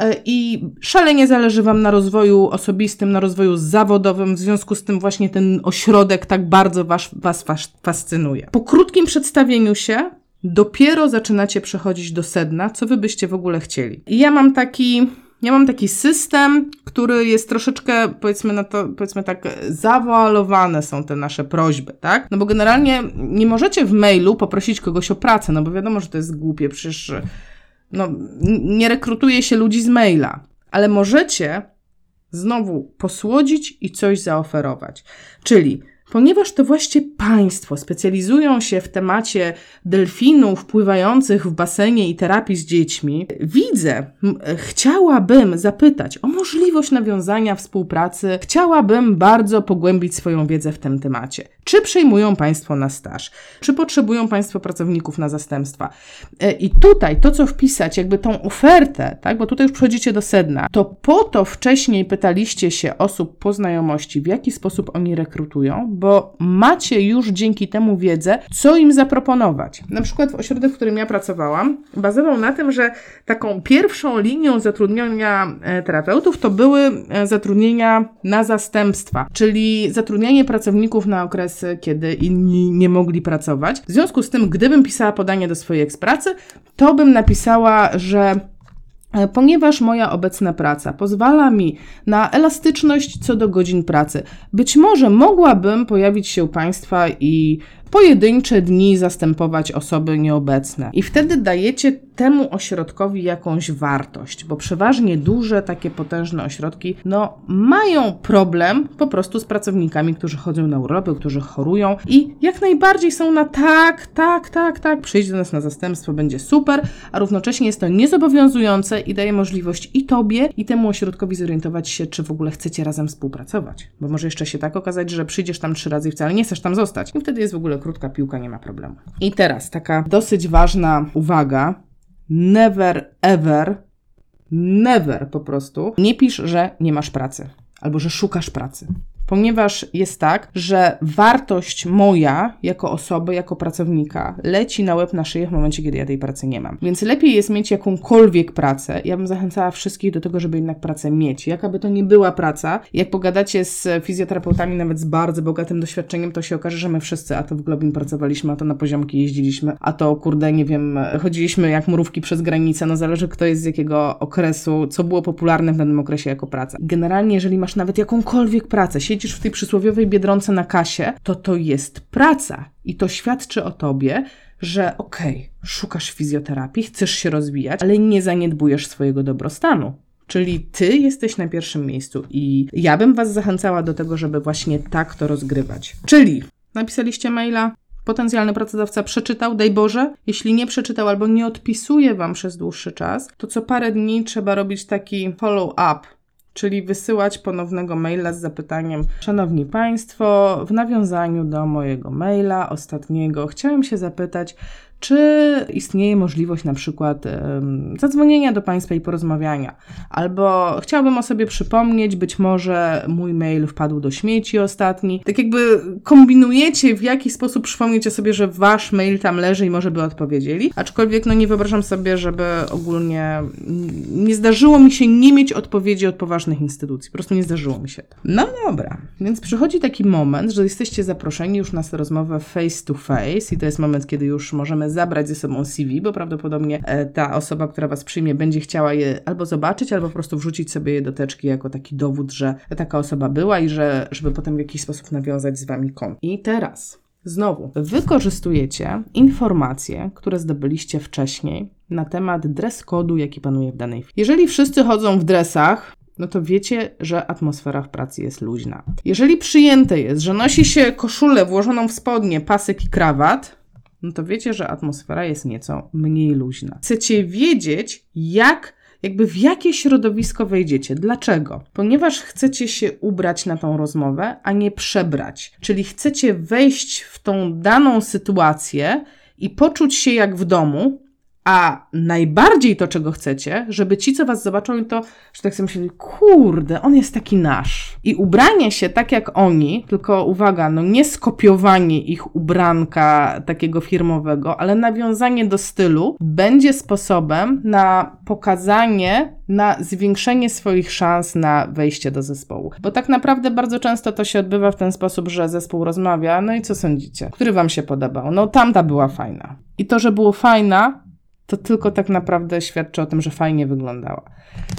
i szalenie zależy Wam na rozwoju osobistym, na rozwoju zawodowym, w związku z tym właśnie ten ośrodek tak bardzo was, was fascynuje. Po krótkim przedstawieniu się dopiero zaczynacie przechodzić do sedna, co Wy byście w ogóle chcieli. I ja mam taki... Ja mam taki system, który jest troszeczkę, powiedzmy na to, powiedzmy tak, zawoalowane są te nasze prośby, tak? No bo generalnie nie możecie w mailu poprosić kogoś o pracę, no bo wiadomo, że to jest głupie, przecież no, nie rekrutuje się ludzi z maila, ale możecie znowu posłodzić i coś zaoferować. Czyli ponieważ to właśnie państwo specjalizują się w temacie delfinów pływających w basenie i terapii z dziećmi, widzę, m- chciałabym zapytać o możliwość nawiązania współpracy, chciałabym bardzo pogłębić swoją wiedzę w tym temacie. Czy przyjmują Państwo na staż? Czy potrzebują Państwo pracowników na zastępstwa? I tutaj to, co wpisać, jakby tą ofertę, tak, bo tutaj już przechodzicie do sedna, to po to wcześniej pytaliście się osób po znajomości, w jaki sposób oni rekrutują, bo macie już dzięki temu wiedzę, co im zaproponować. Na przykład w ośrodku, w którym ja pracowałam, bazował na tym, że taką pierwszą linią zatrudniania terapeutów to były zatrudnienia na zastępstwa, czyli zatrudnianie pracowników na okres, kiedy inni nie mogli pracować. W związku z tym, gdybym pisała podanie do swojej ekspracy, to bym napisała, że ponieważ moja obecna praca pozwala mi na elastyczność co do godzin pracy, być może mogłabym pojawić się u Państwa i pojedyncze dni zastępować osoby nieobecne. I wtedy dajecie temu ośrodkowi jakąś wartość, bo przeważnie duże, takie potężne ośrodki, no mają problem po prostu z pracownikami, którzy chodzą na urlopy, którzy chorują i jak najbardziej są na tak, tak, tak, tak, przyjdź do nas na zastępstwo, będzie super, a równocześnie jest to niezobowiązujące i daje możliwość i Tobie, i temu ośrodkowi zorientować się, czy w ogóle chcecie razem współpracować. Bo może jeszcze się tak okazać, że przyjdziesz tam trzy razy i wcale nie chcesz tam zostać. I wtedy jest w ogóle krótka piłka, nie ma problemu. I teraz taka dosyć ważna uwaga. Never, ever, never po prostu nie pisz, że nie masz pracy albo że szukasz pracy. Ponieważ jest tak, że wartość moja jako osoby, jako pracownika leci na łeb na szyję w momencie, kiedy ja tej pracy nie mam. Więc lepiej jest mieć jakąkolwiek pracę. Ja bym zachęcała wszystkich do tego, żeby jednak pracę mieć. Jaka by to nie była praca, jak pogadacie z fizjoterapeutami, nawet z bardzo bogatym doświadczeniem, to się okaże, że my wszyscy, a to w Globin pracowaliśmy, a to na poziomki jeździliśmy, a to kurde, nie wiem, chodziliśmy jak mrówki przez granicę, no zależy kto jest z jakiego okresu, co było popularne w danym okresie jako praca. Generalnie, jeżeli masz nawet jakąkolwiek pracę, siedzisz w tej przysłowiowej Biedronce na kasie, to to jest praca i to świadczy o tobie, że okej, okay, szukasz fizjoterapii, chcesz się rozwijać, ale nie zaniedbujesz swojego dobrostanu. Czyli ty jesteś na pierwszym miejscu i ja bym was zachęcała do tego, żeby właśnie tak to rozgrywać. Czyli napisaliście maila, potencjalny pracodawca przeczytał, daj Boże. Jeśli nie przeczytał albo nie odpisuje wam przez dłuższy czas, to co parę dni trzeba robić taki follow-up, czyli wysyłać ponownego maila z zapytaniem: Szanowni Państwo, w nawiązaniu do mojego maila ostatniego chciałem się zapytać, czy istnieje możliwość na przykład um, zadzwonienia do Państwa i porozmawiania. Albo chciałabym o sobie przypomnieć, być może mój mail wpadł do śmieci ostatni. Tak jakby kombinujecie, w jaki sposób przypomnieć o sobie, że Wasz mail tam leży i może by odpowiedzieli. Aczkolwiek no nie wyobrażam sobie, żeby ogólnie nie zdarzyło mi się nie mieć odpowiedzi od poważnych instytucji. Po prostu nie zdarzyło mi się to. No dobra, więc przychodzi taki moment, że jesteście zaproszeni już na rozmowę face to face i to jest moment, kiedy już możemy zabrać ze sobą C V, bo prawdopodobnie ta osoba, która was przyjmie, będzie chciała je albo zobaczyć, albo po prostu wrzucić sobie je do teczki jako taki dowód, że taka osoba była i że, żeby potem w jakiś sposób nawiązać z wami kontakt. I teraz znowu wykorzystujecie informacje, które zdobyliście wcześniej na temat dress kodu, jaki panuje w danej firmie. Jeżeli wszyscy chodzą w dresach, no to wiecie, że atmosfera w pracy jest luźna. Jeżeli przyjęte jest, że nosi się koszulę włożoną w spodnie, pasek i krawat, no to wiecie, że atmosfera jest nieco mniej luźna. Chcecie wiedzieć, jak, jakby w jakie środowisko wejdziecie. Dlaczego? Ponieważ chcecie się ubrać na tą rozmowę, a nie przebrać. Czyli chcecie wejść w tą daną sytuację i poczuć się jak w domu, a najbardziej to, czego chcecie, żeby ci, co was zobaczą, to, że tak sobie myśleli, kurde, on jest taki nasz. I ubranie się tak jak oni, tylko uwaga, no nie skopiowanie ich ubranka takiego firmowego, ale nawiązanie do stylu będzie sposobem na pokazanie, na zwiększenie swoich szans na wejście do zespołu. Bo tak naprawdę bardzo często to się odbywa w ten sposób, że zespół rozmawia, no i co sądzicie? Który wam się podobał? No tamta była fajna. I to, że było fajna, to tylko tak naprawdę świadczy o tym, że fajnie wyglądała.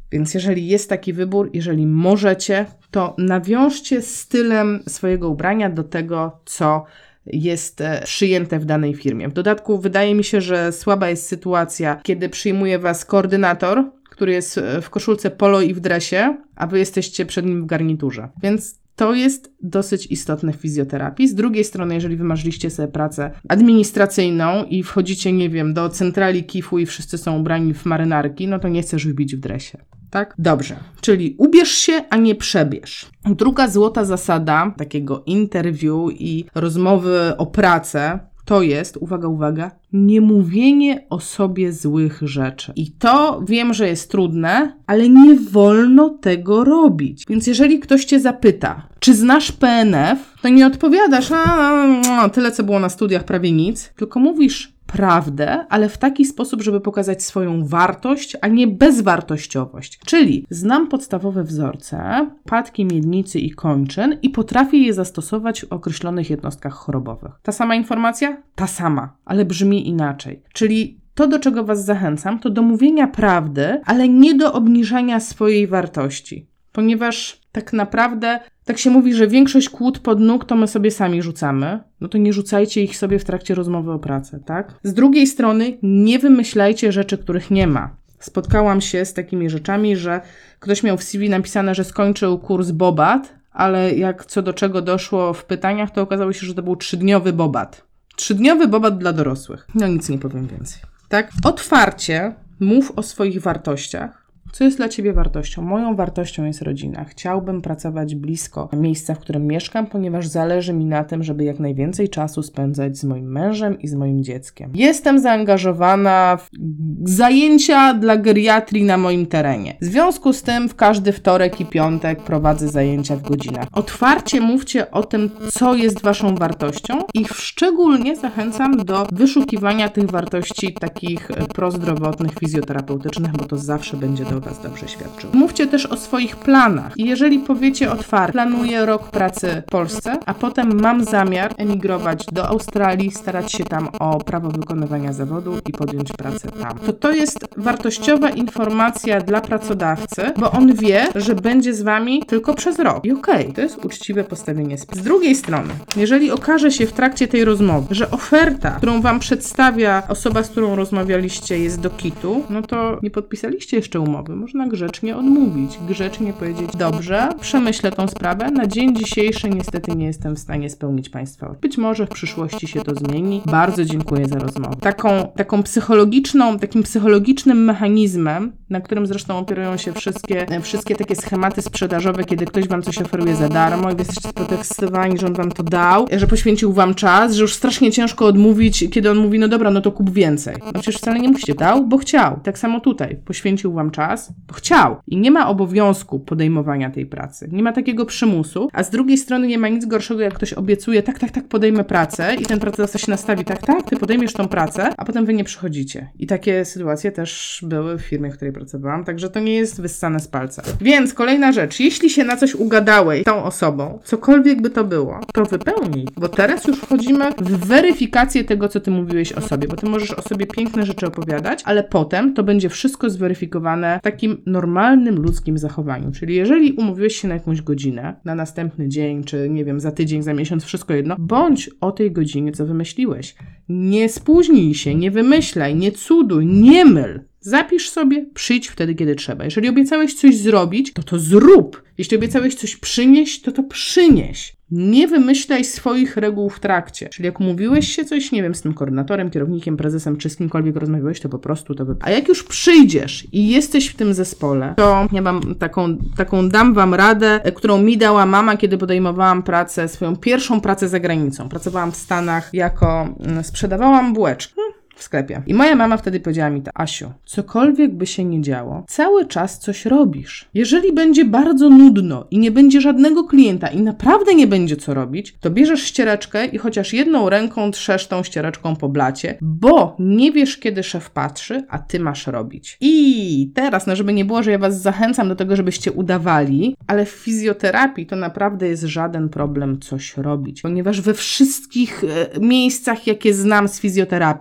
Więc jeżeli jest taki wybór, jeżeli możecie, to nawiążcie stylem swojego ubrania do tego, co jest przyjęte w danej firmie. W dodatku wydaje mi się, że słaba jest sytuacja, kiedy przyjmuje was koordynator, który jest w koszulce polo i w dresie, a wy jesteście przed nim w garniturze. Więc to jest dosyć istotne w fizjoterapii. Z drugiej strony, jeżeli wymarzyliście sobie pracę administracyjną i wchodzicie, nie wiem, do centrali K I F-u i wszyscy są ubrani w marynarki, no to nie chcesz wbić w dresie. Tak? Dobrze, czyli ubierz się, a nie przebierz. Druga złota zasada takiego interview i rozmowy o pracę to jest, uwaga, uwaga, nie mówienie o sobie złych rzeczy. I to wiem, że jest trudne, ale nie wolno tego robić. Więc jeżeli ktoś cię zapyta, czy znasz P N F, to nie odpowiadasz, a tyle co było na studiach, prawie nic, tylko mówisz prawdę, ale w taki sposób, żeby pokazać swoją wartość, a nie bezwartościowość. Czyli znam podstawowe wzorce, padki miednicy i kończyn i potrafię je zastosować w określonych jednostkach chorobowych. Ta sama informacja? Ta sama, ale brzmi inaczej. Czyli to, do czego was zachęcam, to do mówienia prawdy, ale nie do obniżania swojej wartości. Ponieważ tak naprawdę tak się mówi, że większość kłód pod nóg to my sobie sami rzucamy. No to nie rzucajcie ich sobie w trakcie rozmowy o pracę, tak? Z drugiej strony nie wymyślajcie rzeczy, których nie ma. Spotkałam się z takimi rzeczami, że ktoś miał w C V napisane, że skończył kurs bobat, ale jak co do czego doszło w pytaniach, to okazało się, że to był trzydniowy bobat. Trzydniowy bobat dla dorosłych. No nic nie powiem więcej. Tak? Otwarcie mów o swoich wartościach. Co jest dla ciebie wartością? Moją wartością jest rodzina. Chciałbym pracować blisko miejsca, w którym mieszkam, ponieważ zależy mi na tym, żeby jak najwięcej czasu spędzać z moim mężem i z moim dzieckiem. Jestem zaangażowana w zajęcia dla geriatrii na moim terenie. W związku z tym w każdy wtorek i piątek prowadzę zajęcia w godzinach. Otwarcie mówcie o tym, co jest waszą wartością i szczególnie zachęcam do wyszukiwania tych wartości takich prozdrowotnych, fizjoterapeutycznych, bo to zawsze będzie do was dobrze świadczył. Mówcie też o swoich planach. I jeżeli powiecie otwarcie, planuję rok pracy w Polsce, a potem mam zamiar emigrować do Australii, starać się tam o prawo wykonywania zawodu i podjąć pracę tam. To to jest wartościowa informacja dla pracodawcy, bo on wie, że będzie z wami tylko przez rok. I okej, okay, to jest uczciwe postawienie sprawy. Z drugiej strony, jeżeli okaże się w trakcie tej rozmowy, że oferta, którą wam przedstawia osoba, z którą rozmawialiście, jest do kitu, no to nie podpisaliście jeszcze umowy. Można grzecznie odmówić, grzecznie powiedzieć, dobrze, przemyślę tą sprawę, na dzień dzisiejszy niestety nie jestem w stanie spełnić państwa. Być może w przyszłości się to zmieni. Bardzo dziękuję za rozmowę. Taką, taką psychologiczną, takim psychologicznym mechanizmem, na którym zresztą opierają się wszystkie, wszystkie takie schematy sprzedażowe, kiedy ktoś wam coś oferuje za darmo i wy jesteście spodekscytowani, że on wam to dał, że poświęcił wam czas, że już strasznie ciężko odmówić, kiedy on mówi, no dobra, no to kup więcej. No przecież wcale nie musicie, dał, bo chciał. Tak samo tutaj. Poświęcił wam czas, bo chciał. I nie ma obowiązku podejmowania tej pracy. Nie ma takiego przymusu, a z drugiej strony nie ma nic gorszego, jak ktoś obiecuje, tak, tak, tak, podejmę pracę i ten pracodawca się nastawi, tak, tak, ty podejmiesz tą pracę, a potem wy nie przychodzicie. I takie sytuacje też były w firmie, w której pracowałam, także to nie jest wyssane z palca. Więc kolejna rzecz, jeśli się na coś ugadałeś z tą osobą, cokolwiek by to było, to wypełnij, bo teraz już wchodzimy w weryfikację tego, co ty mówiłeś o sobie, bo ty możesz o sobie piękne rzeczy opowiadać, ale potem to będzie wszystko zweryfikowane w takim normalnym, ludzkim zachowaniu. Czyli jeżeli umówiłeś się na jakąś godzinę, na następny dzień, czy nie wiem, za tydzień, za miesiąc, wszystko jedno, bądź o tej godzinie, co wymyśliłeś. Nie spóźnij się, nie wymyślaj, nie cuduj, nie myl. Zapisz sobie, przyjdź wtedy, kiedy trzeba. Jeżeli obiecałeś coś zrobić, to to zrób. Jeśli obiecałeś coś przynieść, to to przynieś. Nie wymyślaj swoich reguł w trakcie. Czyli jak umówiłeś się coś, nie wiem, z tym koordynatorem, kierownikiem, prezesem, czy z kimkolwiek rozmawiałeś, to po prostu to wyp- A jak już przyjdziesz i jesteś w tym zespole, to ja mam taką, taką dam wam radę, którą mi dała mama, kiedy podejmowałam pracę, swoją pierwszą pracę za granicą. Pracowałam w Stanach jako, sprzedawałam bułeczki w sklepie. I moja mama wtedy powiedziała mi tak, Asiu, cokolwiek by się nie działo, cały czas coś robisz. Jeżeli będzie bardzo nudno i nie będzie żadnego klienta i naprawdę nie będzie co robić, to bierzesz ściereczkę i chociaż jedną ręką trzesz tą ściereczką po blacie, bo nie wiesz, kiedy szef patrzy, a ty masz robić. I teraz, no żeby nie było, że ja was zachęcam do tego, żebyście udawali, ale w fizjoterapii to naprawdę jest żaden problem coś robić, ponieważ we wszystkich e, miejscach, jakie znam z fizjoterapii, to jednak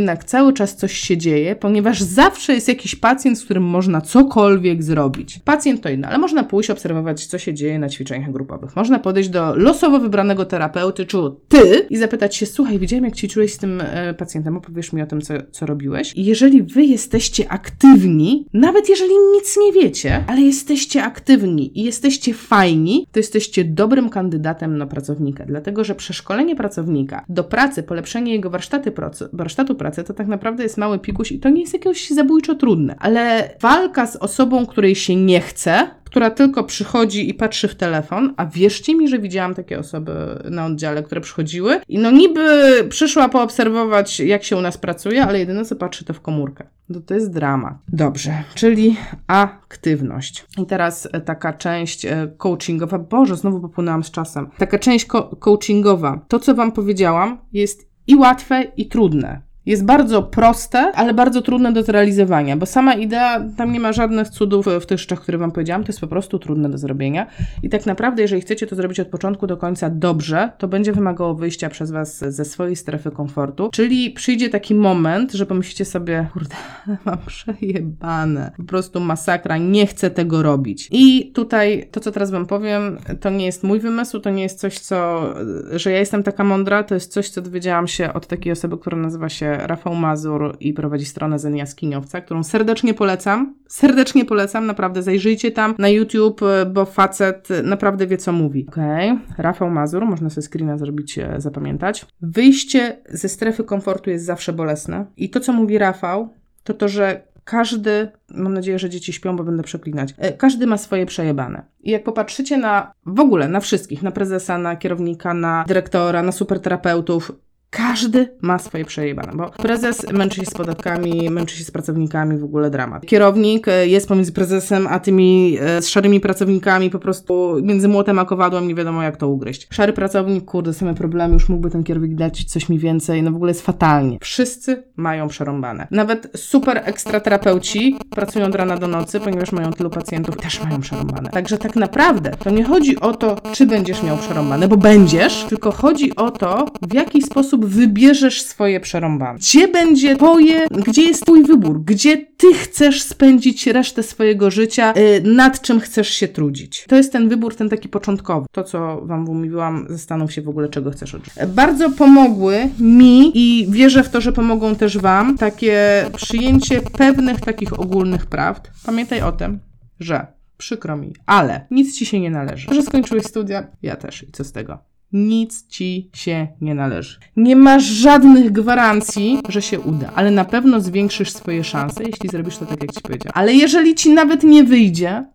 jednak cały czas coś się dzieje, ponieważ zawsze jest jakiś pacjent, z którym można cokolwiek zrobić. Pacjent to inne, ale można pójść obserwować, co się dzieje na ćwiczeniach grupowych. Można podejść do losowo wybranego terapeuty, czy ty, i zapytać się, słuchaj, widziałem, jak ćwiczyłeś z tym e, pacjentem, opowiesz mi o tym, co, co robiłeś. I jeżeli wy jesteście aktywni, nawet jeżeli nic nie wiecie, ale jesteście aktywni i jesteście fajni, to jesteście dobrym kandydatem na pracownika, dlatego, że przeszkolenie pracownika do pracy, polepszenie jego warsztaty pracy, warsztatu pracy, to tak naprawdę jest mały pikuś i to nie jest jakieś zabójczo trudne, ale walka z osobą, której się nie chce, która tylko przychodzi i patrzy w telefon, a wierzcie mi, że widziałam takie osoby na oddziale, które przychodziły i no niby przyszła poobserwować, jak się u nas pracuje, ale jedyne co patrzy to w komórkę. No to jest dramat. Dobrze, czyli aktywność. I teraz taka część coachingowa, Boże, znowu popłynęłam z czasem. Taka część co- coachingowa, to co wam powiedziałam, jest i łatwe, i trudne. Jest bardzo proste, ale bardzo trudne do zrealizowania, bo sama idea, tam nie ma żadnych cudów w tych rzeczach, które wam powiedziałam, to jest po prostu trudne do zrobienia i tak naprawdę, jeżeli chcecie to zrobić od początku do końca dobrze, to będzie wymagało wyjścia przez was ze swojej strefy komfortu, czyli przyjdzie taki moment, że pomyślicie sobie, kurde, mam przejebane, po prostu masakra, nie chcę tego robić. I tutaj to, co teraz wam powiem, to nie jest mój wymysł, to nie jest coś, co, że ja jestem taka mądra, to jest coś, co dowiedziałam się od takiej osoby, która nazywa się Rafał Mazur i prowadzi stronę Zen Jaskiniowca, którą serdecznie polecam. Serdecznie polecam, naprawdę zajrzyjcie tam na YouTube, bo facet naprawdę wie, co mówi. Okej, okay. Rafał Mazur, można sobie screena zrobić, zapamiętać. Wyjście ze strefy komfortu jest zawsze bolesne i to, co mówi Rafał, to to, że każdy, mam nadzieję, że dzieci śpią, bo będę przeklinać, każdy ma swoje przejebane. I jak popatrzycie na, w ogóle na wszystkich, na prezesa, na kierownika, na dyrektora, na superterapeutów, każdy ma swoje przejebane, bo prezes męczy się z podatkami, męczy się z pracownikami, w ogóle dramat. Kierownik jest pomiędzy prezesem a tymi e, z szarymi pracownikami, po prostu między młotem a kowadłem, nie wiadomo jak to ugryźć. Szary pracownik, kurde, same problemy, już mógłby ten kierownik dać coś mi więcej, no w ogóle jest fatalnie. Wszyscy mają przerąbane. Nawet super ekstraterapeuci pracują od rana do nocy, ponieważ mają tylu pacjentów, też mają przerąbane. Także tak naprawdę to nie chodzi o to, czy będziesz miał przerąbane, bo będziesz, tylko chodzi o to, w jaki sposób wybierzesz swoje przerąbane. Gdzie będzie twoje, gdzie jest twój wybór? Gdzie ty chcesz spędzić resztę swojego życia? Yy, nad czym chcesz się trudzić? To jest ten wybór, ten taki początkowy. To, co wam mówiłam, zastanów się w ogóle, czego chcesz odrzucić. Bardzo pomogły mi i wierzę w to, że pomogą też wam takie przyjęcie pewnych takich ogólnych prawd. Pamiętaj o tym, że przykro mi, ale nic ci się nie należy. Że skończyłeś studia? Ja też. I co z tego? Nic ci się nie należy. Nie masz żadnych gwarancji, że się uda, ale na pewno zwiększysz swoje szanse, jeśli zrobisz to tak, jak ci powiedziałam. Ale jeżeli ci nawet nie wyjdzie,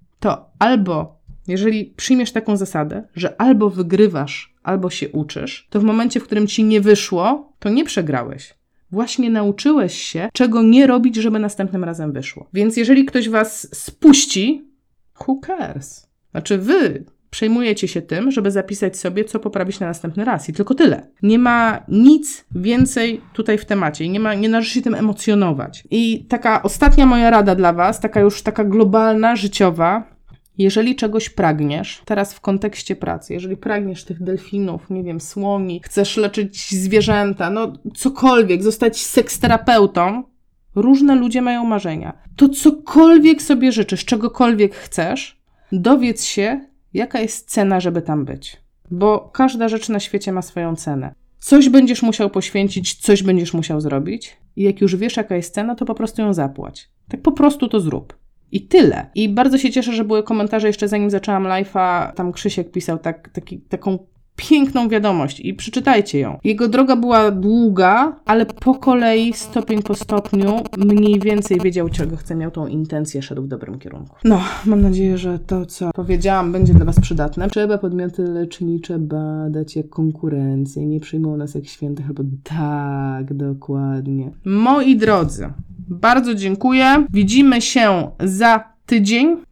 to albo, jeżeli przyjmiesz taką zasadę, że albo wygrywasz, albo się uczysz, to w momencie, w którym ci nie wyszło, to nie przegrałeś. Właśnie nauczyłeś się, czego nie robić, żeby następnym razem wyszło. Więc jeżeli ktoś was spuści, who cares? Znaczy wy przejmujecie się tym, żeby zapisać sobie, co poprawić na następny raz i tylko tyle. Nie ma nic więcej tutaj w temacie i nie ma, nie należy się tym emocjonować. I taka ostatnia moja rada dla was, taka już taka globalna, życiowa, jeżeli czegoś pragniesz, teraz w kontekście pracy, jeżeli pragniesz tych delfinów, nie wiem, słoni, chcesz leczyć zwierzęta, no cokolwiek, zostać seksterapeutą, różne ludzie mają marzenia. To cokolwiek sobie życzysz, czegokolwiek chcesz, dowiedz się, jaka jest cena, żeby tam być. Bo każda rzecz na świecie ma swoją cenę. Coś będziesz musiał poświęcić, coś będziesz musiał zrobić i jak już wiesz, jaka jest cena, to po prostu ją zapłać. Tak po prostu to zrób. I tyle. I bardzo się cieszę, że były komentarze jeszcze zanim zaczęłam live'a, tam Krzysiek pisał tak, taki, taką piękną wiadomość i przeczytajcie ją. Jego droga była długa, ale po kolei, stopień po stopniu, mniej więcej wiedział, czego chce, miał tą intencję, szedł w dobrym kierunku. No, mam nadzieję, że to, co powiedziałam, będzie dla was przydatne. Trzeba podmioty lecznicze badać jak konkurencję, nie przyjmą nas jak świętych, albo tak, dokładnie. Moi drodzy, bardzo dziękuję. Widzimy się za tydzień.